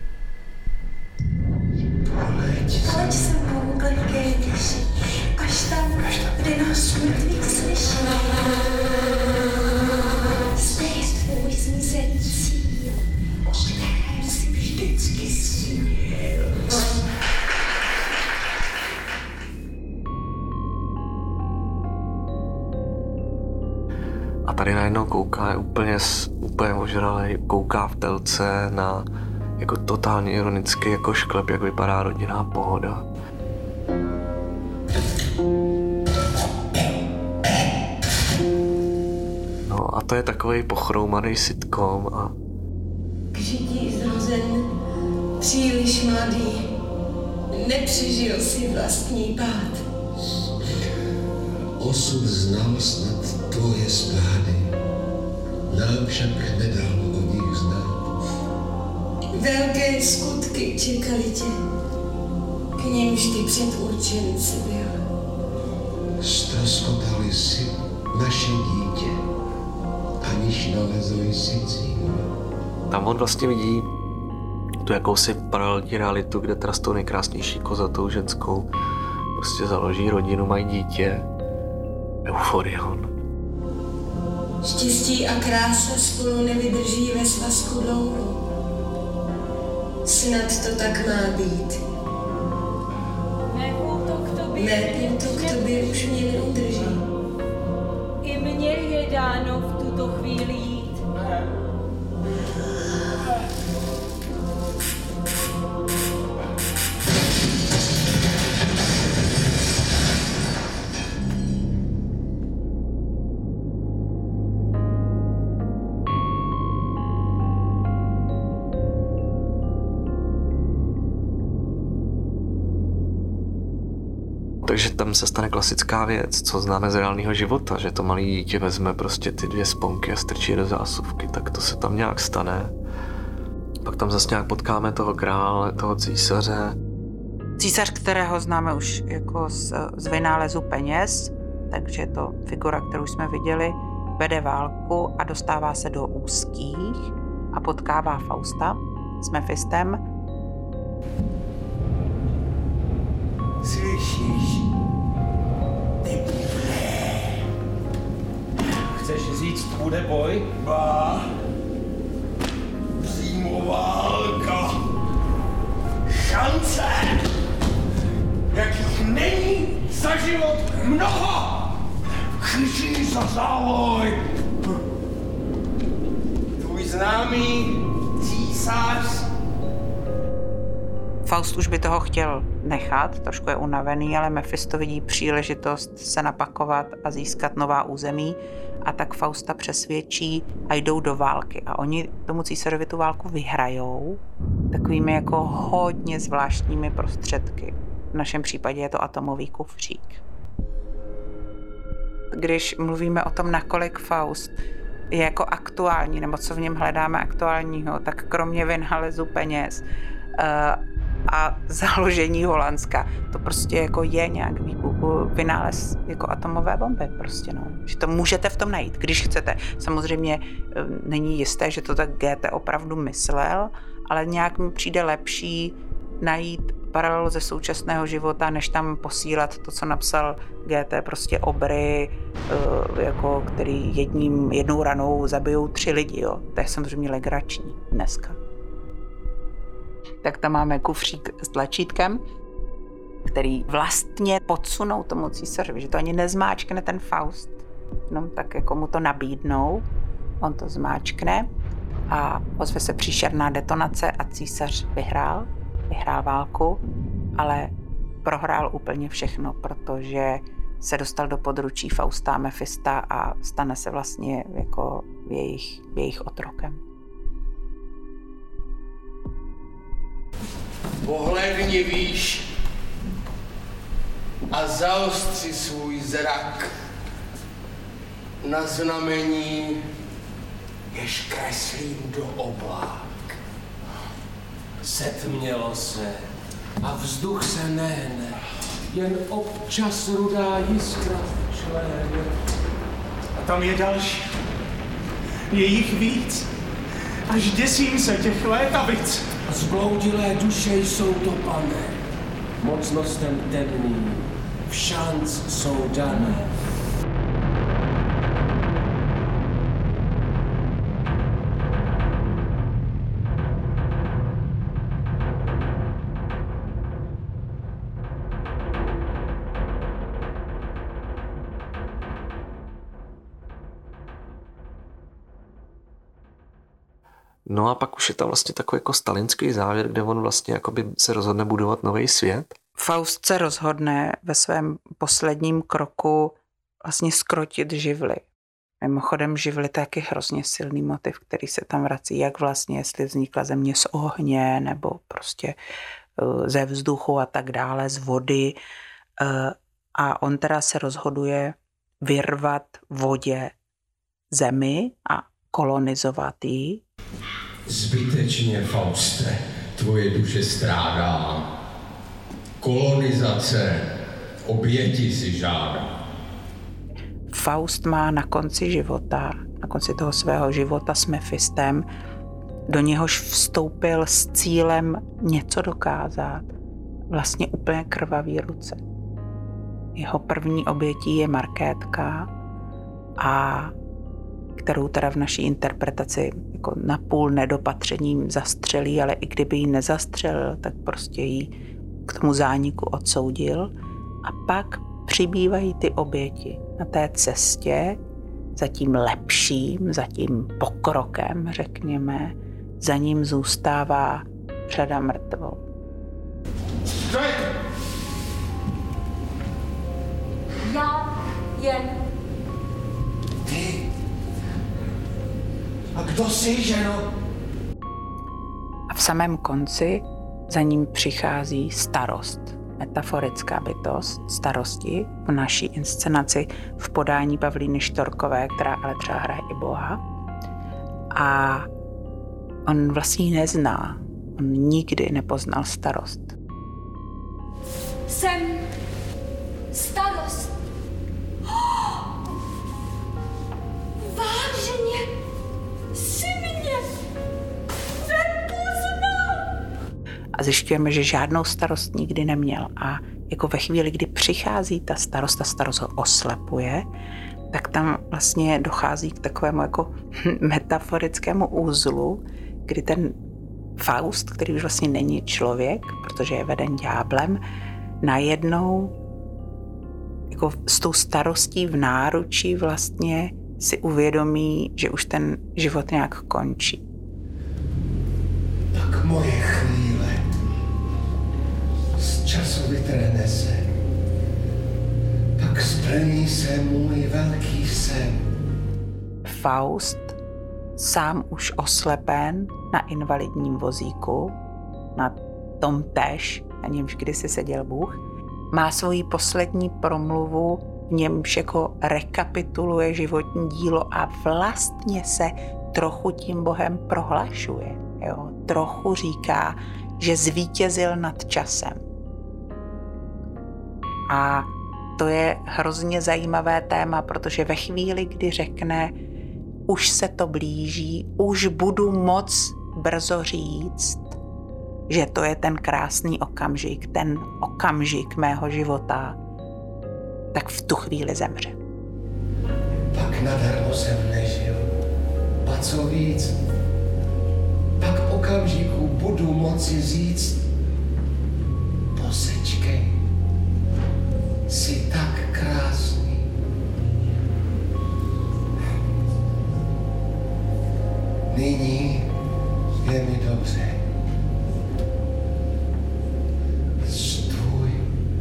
Poleď se mnou, klikej tiši, až tam, kde nás mrtvých slyší. Zde je tvůj zmizelý cíl, o kterém si vždycky snil. A tady najednou kouká, je úplně ožralej, kouká v telce na jako totálně ironický jako šklep, jak vypadá rodinná pohoda. No a to je takovej pochroumaný sitcom a... K žití zrozen, příliš mladý, nepřežil si vlastní pád. Osud znal snad tvoje spády, nám však nedal o nich znát. Velké skutky čekali tě, k nímž ty předurčenci byl. Ztroskotali si naše dítě, aniž nalezli si cíl. Tam on vlastně vidí tu jakousi paralelní realitu, kde teda s tou nejkrásnější kozatou ženskou prostě založí rodinu, mají dítě. Euphorion. Štěstí a krása spolu nevydrží ve svazku dlouho. Snad to tak má být. Mé pouto k tobě už mě neudrží. I mně je dáno v tuto chvíli jít. Takže tam se stane klasická věc, co známe z reálného života, že to malé dítě vezme prostě ty 2 sponky a strčí do zásuvky, tak to se tam nějak stane. Pak tam zase nějak potkáme toho krále, toho císaře. Císař, kterého známe už jako z vynálezu peněz, takže je to figura, kterou jsme viděli, vede válku a dostává se do úzkých a potkává Fausta s Mefistem. Slyšíš? Ty blé. Chceš říct, bude boj? Ba. Přímo válka. Šance, jakých není za život mnoho. Chytí za závoj. Tvůj známý císař. Faust už by toho chtěl nechat, trošku je unavený, ale Mefisto vidí příležitost se napakovat a získat nová území a tak Fausta přesvědčí a jdou do války. A oni tomu císařovi tu válku vyhrajou takovými jako hodně zvláštními prostředky. V našem případě je to atomový kufřík. Když mluvíme o tom, nakolik Faust je jako aktuální, nebo co v něm hledáme aktuálního, tak kromě vynálezu peněz a založení Holandska, to prostě jako je nějak vynález jako atomové bomby prostě, no. Že to můžete v tom najít, když chcete. Samozřejmě není jisté, že to tak GT opravdu myslel, ale nějak mi přijde lepší najít paralelu ze současného života, než tam posílat to, co napsal GT, prostě obry, jako který jednou ranou zabijou 3 lidi, jo. To je samozřejmě legrační dneska. Tak tam máme kufřík s tlačítkem, který vlastně podsunou tomu císařovi, že to ani nezmáčkne ten Faust, jenom tak jako mu to nabídnou, on to zmáčkne a ozve se příšerná detonace a císař vyhrál válku, ale prohrál úplně všechno, protože se dostal do područí Fausta a Mefista a stane se vlastně jako jejich otrokem. Pohlédni výš a zaostři svůj zrak na znamení, jež kreslím do oblák. Setmělo se a vzduch se nehne, jen občas rudá jiskra v čléně. A tam je další. Je jich víc. Až děsím se těch létavic. Zbloudilé duše jsou to, pane. Mocnostem temným v šanc jsou dané. No a pak už je tam vlastně takový jako stalinský závěr, kde on vlastně jakoby se rozhodne budovat nový svět. Faust se rozhodne ve svém posledním kroku vlastně zkrotit živly. Mimochodem živly to je taky hrozně silný motiv, který se tam vrací, jak vlastně, jestli vznikla země z ohně nebo prostě ze vzduchu a tak dále, z vody. A on teda se rozhoduje vyrvat vodě zemi a kolonizovat ji. Zbytečně, Fauste, tvoje duše strádá. Kolonizace, oběti si žádá. Faust má na konci toho svého života s Mefistem, do něhož vstoupil s cílem něco dokázat, vlastně úplně krvavý ruce. Jeho první obětí je Markétka, a kterou teda v naší interpretaci jako napůl nedopatřením zastřelí, ale i kdyby ji nezastřelil, tak prostě ji k tomu zániku odsoudil. A pak přibývají ty oběti na té cestě za tím lepším, za tím pokrokem, řekněme. Za ním zůstává řada mrtvol. Já jen. Ty? A kdo jsi, ženo? A v samém konci za ním přichází starost. metaforická bytost starosti v naší inscenaci v podání Pavlíny Štorkové, která ale třeba hraje i Boha. A on vlastně ji nezná. On nikdy nepoznal starost. Jsem starost. Vážně si mě nepoznal. A zjišťujeme, že žádnou starost nikdy neměl. A jako ve chvíli, kdy přichází ta starost ho oslepuje, tak tam vlastně dochází k takovému jako metaforickému úzlu, kdy ten Faust, který už vlastně není člověk, protože je veden ďáblem, najednou jako s tou starostí v náručí vlastně si uvědomí, že už ten život nějak končí. Tak moje chvíle z času vytrhne se, pak splní se můj velký sen. Faust, sám už oslepen na invalidním vozíku, na tom též, na němž kdysi seděl Bůh, má svoji poslední promluvu, v němž jako rekapituluje životní dílo a vlastně se trochu tím Bohem prohlašuje. Jo? Trochu říká, že zvítězil nad časem. A to je hrozně zajímavé téma, protože ve chvíli, kdy řekne, už se to blíží, už budu moc brzo říct, že to je ten krásný okamžik, ten okamžik mého života, tak v tu chvíli zemře. Pak nadarmo jsem nežil, a co víc, pak okamžiku budu moci říct, posečkej, jsi tak krásný. Nyní je mi dobře. Stůj.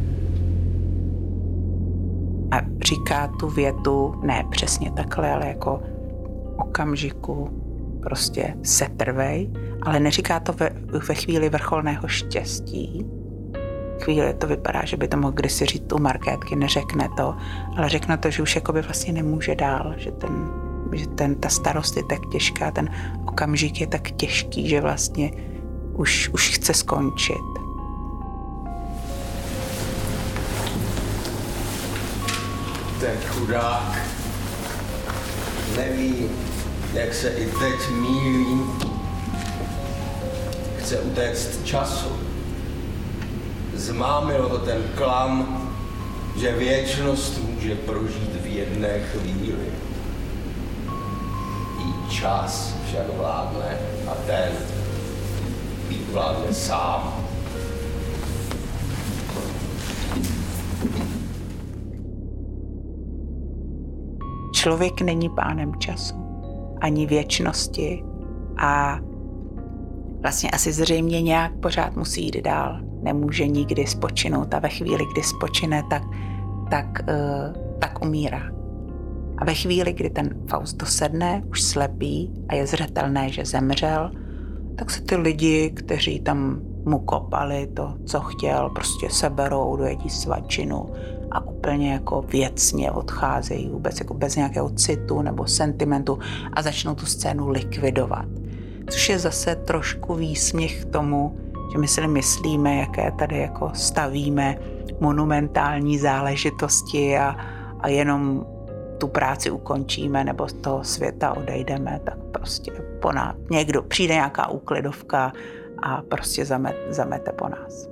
A říká tu větu, ne přesně takhle, ale jako okamžiku, prostě setrvej, ale neříká to ve chvíli vrcholného štěstí. Chvíli to vypadá, že by to mohl kdysi říct u Markétky, neřekne to, ale řekne to, že už jakoby vlastně nemůže dál, že ta starost je tak těžká, ten okamžik je tak těžký, že vlastně už chce skončit. Ten chudák neví, jak se i teď mýlí. Chce utéct času. Zmámil ho ten klam, že věčnost může prožít v jedné chvíli. I čas však vládne a ten vládne sám. Člověk není pánem času, ani věčnosti a vlastně asi zřejmě nějak pořád musí jít dál. Nemůže nikdy spočinout a ve chvíli, kdy spočine, tak umírá. A ve chvíli, kdy ten Faust dosedne, už slepý a je zřetelné, že zemřel, tak se ty lidi, kteří tam mu kopali to, co chtěl, prostě seberou, dojedí svačinu a úplně jako věcně odcházejí, vůbec jako bez nějakého citu nebo sentimentu a začnou tu scénu likvidovat. Což je zase trošku výsměch k tomu, že my si myslíme, jaké tady jako stavíme monumentální záležitosti a jenom tu práci ukončíme nebo z toho světa odejdeme, tak prostě někdo přijde nějaká úklidovka a prostě zamete po nás.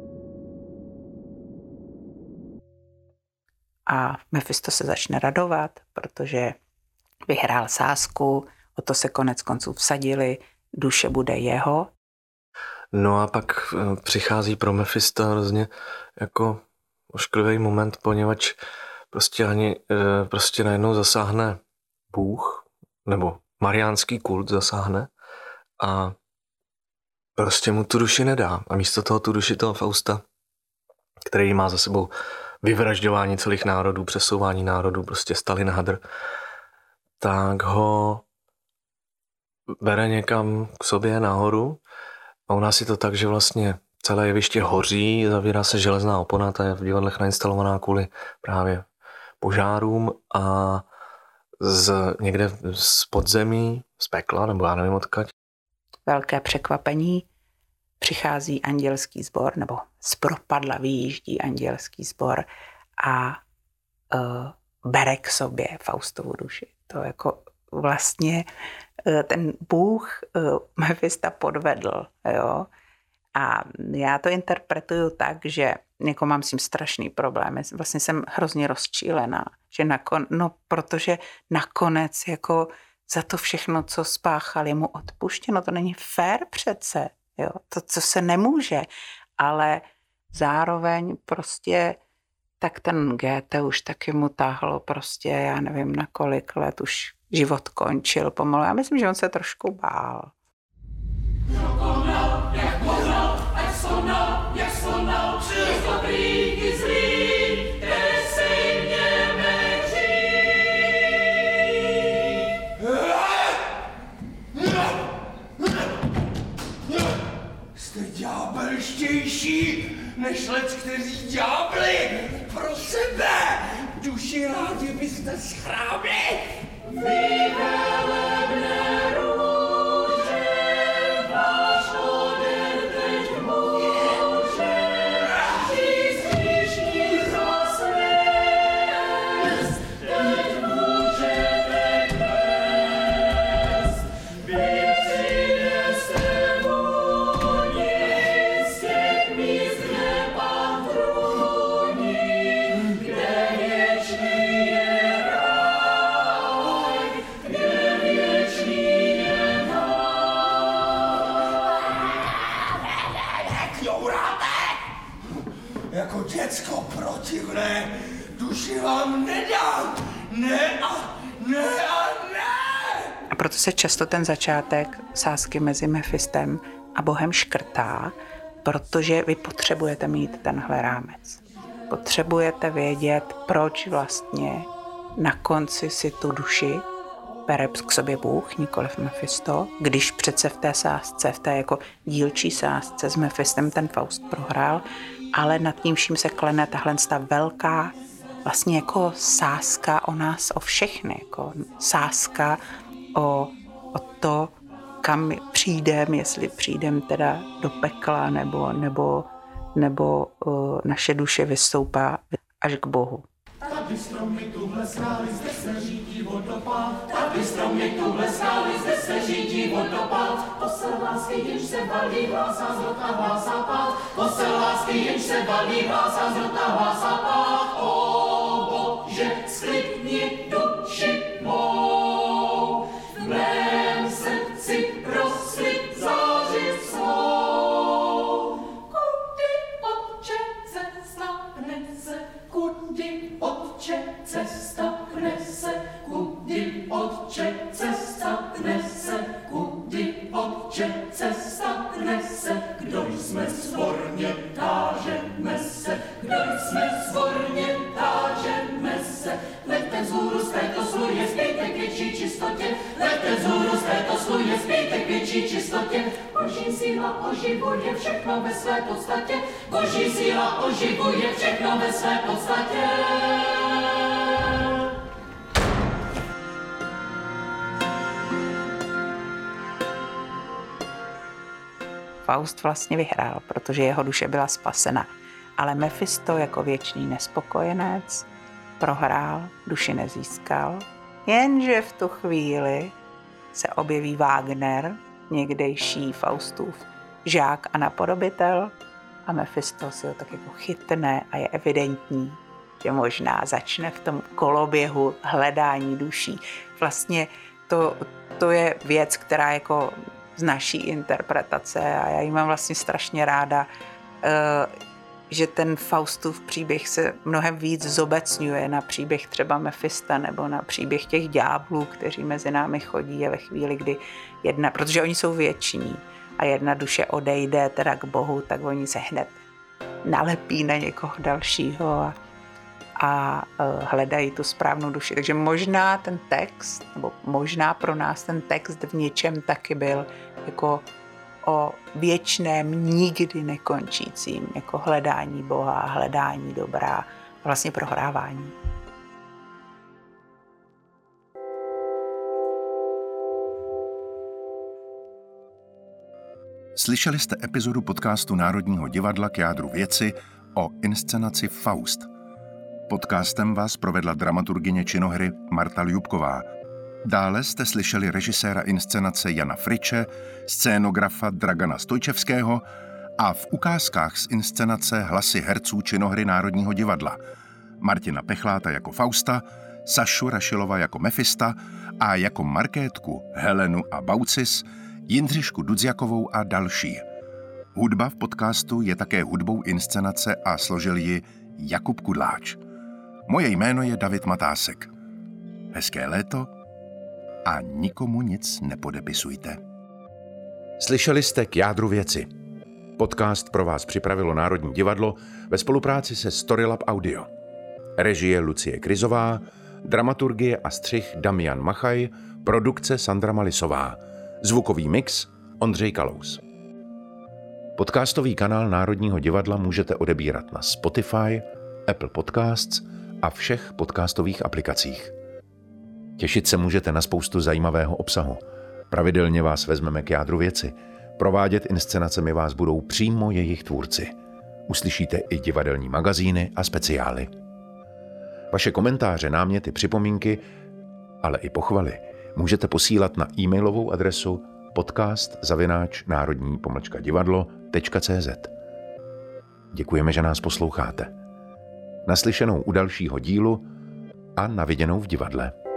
A Mephisto se začne radovat, protože vyhrál sázku, o to se konec konců vsadili, duše bude jeho. No a pak přichází pro Mephista hrozně jako ošklivý moment, poněvadž prostě najednou zasáhne Bůh, nebo mariánský kult zasáhne a prostě mu tu duši nedá. A místo toho tu duši toho Fausta, který má za sebou vyvražďování celých národů, přesouvání národů, prostě Stalin hadr, tak ho bere někam k sobě nahoru a u nás je to tak, že vlastně celé jeviště hoří, zavírá se železná opona, ta je v divadlech nainstalovaná kvůli právě požárům a někde z podzemí, z pekla, nebo já nevím odkud. Velké překvapení, přichází andělský sbor, nebo z propadla vyjíždí andělský sbor a bere k sobě Faustovu duši. To jako vlastně ten Bůh Mefista podvedl, jo. A já to interpretuju tak, že jako mám s tím strašný problém. Vlastně jsem hrozně rozčílená, že protože nakonec jako za to všechno, co spáchal, je mu odpuštěno. To není fér přece, jo. To, co se nemůže, ale zároveň prostě tak ten Goethe už taky mu táhlo prostě, já nevím na kolik let, už život končil pomalu. Já myslím, že on se trošku bál. Jak slonal, přes dobrý i zlý, kde se měme Jste ďábelštější než lec, kteří ďábli pro sebe. Duši rádi byste schrábli. Vy velebné růže, váš oden teď může, řízniční rozvést, teď můžete kvést. Vy přineste vůni z těch míst, kde Pán trůní, kde věčný je ráj, kde věčný je Jak jouráte? Jako děcko protivné, duši vám nedám. Ne a ne a ne. A proto se často ten začátek sázky mezi Mefistem a Bohem škrtá, protože vy potřebujete mít tenhle rámec. Potřebujete vědět, proč vlastně na konci si tu duši bere k sobě Bůh, nikoliv Mefisto, když přece v té sázce, v té jako dílčí sázce s Mefistem ten Faust prohrál, ale nad tím vším se klene tahle velká vlastně jako sázka o nás, o všechny, jako sázka o to, kam přijdem, jestli přijdem teda do pekla, nebo naše duše vystoupá až k Bohu. Tady stromy tuhle skály, zde se řídí vodopád. Tady stromy tuhle skály, zde se řídí vodopád. Posel lásky, jenž se valí, hlásá z rota, hlásá pád. Posel lásky, jenž se valí, hlásá z rota, hlásá pád. O Bože, sklidni duši mou, v mém srdci rozsvít zářit svou. Kudy, Otče, cesta nese, kudy, Otče, cesta nese, kudy, Otče, cesta nese, kudy, Otče, cesta nese. Kdo jsme svorně, tážeme se, kdo jsme svorně, tážeme se. Lete vzhůru z této sluje, zpějte k větší čistotě, lete vzhůru z této sluje, zpějte k větší čistotě. Boží síla oživuje všechno ve své podstatě, Boží síla oživuje všechno ve své podstatě. Faust vlastně vyhrál, protože jeho duše byla spasena. Ale Mefisto jako věčný nespokojenec prohrál, duši nezískal. Jenže v tu chvíli se objeví Wagner, někdejší Faustův žák a napodobitel, a Mefisto si ho tak jako chytne a je evidentní, že možná začne v tom koloběhu hledání duší. Vlastně to je věc, která jako z naší interpretace a já ji mám vlastně strašně ráda, že ten Faustův příběh se mnohem víc zobecňuje na příběh třeba Mefista nebo na příběh těch ďáblů, kteří mezi námi chodí a ve chvíli, kdy protože oni jsou věční a jedna duše odejde teda k Bohu, tak oni se hned nalepí na někoho dalšího a hledají tu správnou duši. Takže možná ten text, nebo možná pro nás ten text v něčem taky byl jako o věčném, nikdy nekončícím, jako hledání Boha, hledání dobra, vlastně prohrávání. Slyšeli jste epizodu podcastu Národního divadla K jádru věci o inscenaci Faust. Podcastem vás provedla dramaturgyně činohry Marta Ljubková. Dále jste slyšeli režiséra inscenace Jana Friče, scénografa Dragana Stojčevského a v ukázkách z inscenace hlasy herců činohry Národního divadla Martina Pechláta jako Fausta, Sašu Rašilova jako Mefista a jako Markétku, Helenu a Baucis, Jindřišku Dudziakovou a další. Hudba v podcastu je také hudbou inscenace a složil ji Jakub Kudláč. Moje jméno je David Matásek. Hezké léto a nikomu nic nepodepisujte. Slyšeli jste K jádru věci. Podcast pro vás připravilo Národní divadlo ve spolupráci se Storylab Audio. Režie Lucie Kryzová, dramaturgie a střih Damian Machaj, produkce Sandra Malisová, zvukový mix Ondřej Kalous. Podcastový kanál Národního divadla můžete odebírat na Spotify, Apple Podcasts a všech podcastových aplikacích. Těšit se můžete na spoustu zajímavého obsahu. Pravidelně vás vezmeme k jádru věci. Provádět inscenacemi vás budou přímo jejich tvůrci. Uslyšíte i divadelní magazíny a speciály. Vaše komentáře, náměty, připomínky, ale i pochvaly můžete posílat na e-mailovou adresu podcast@národní-divadlo.cz. Děkujeme, že nás posloucháte. Naslyšenou u dalšího dílu a na viděnou v divadle.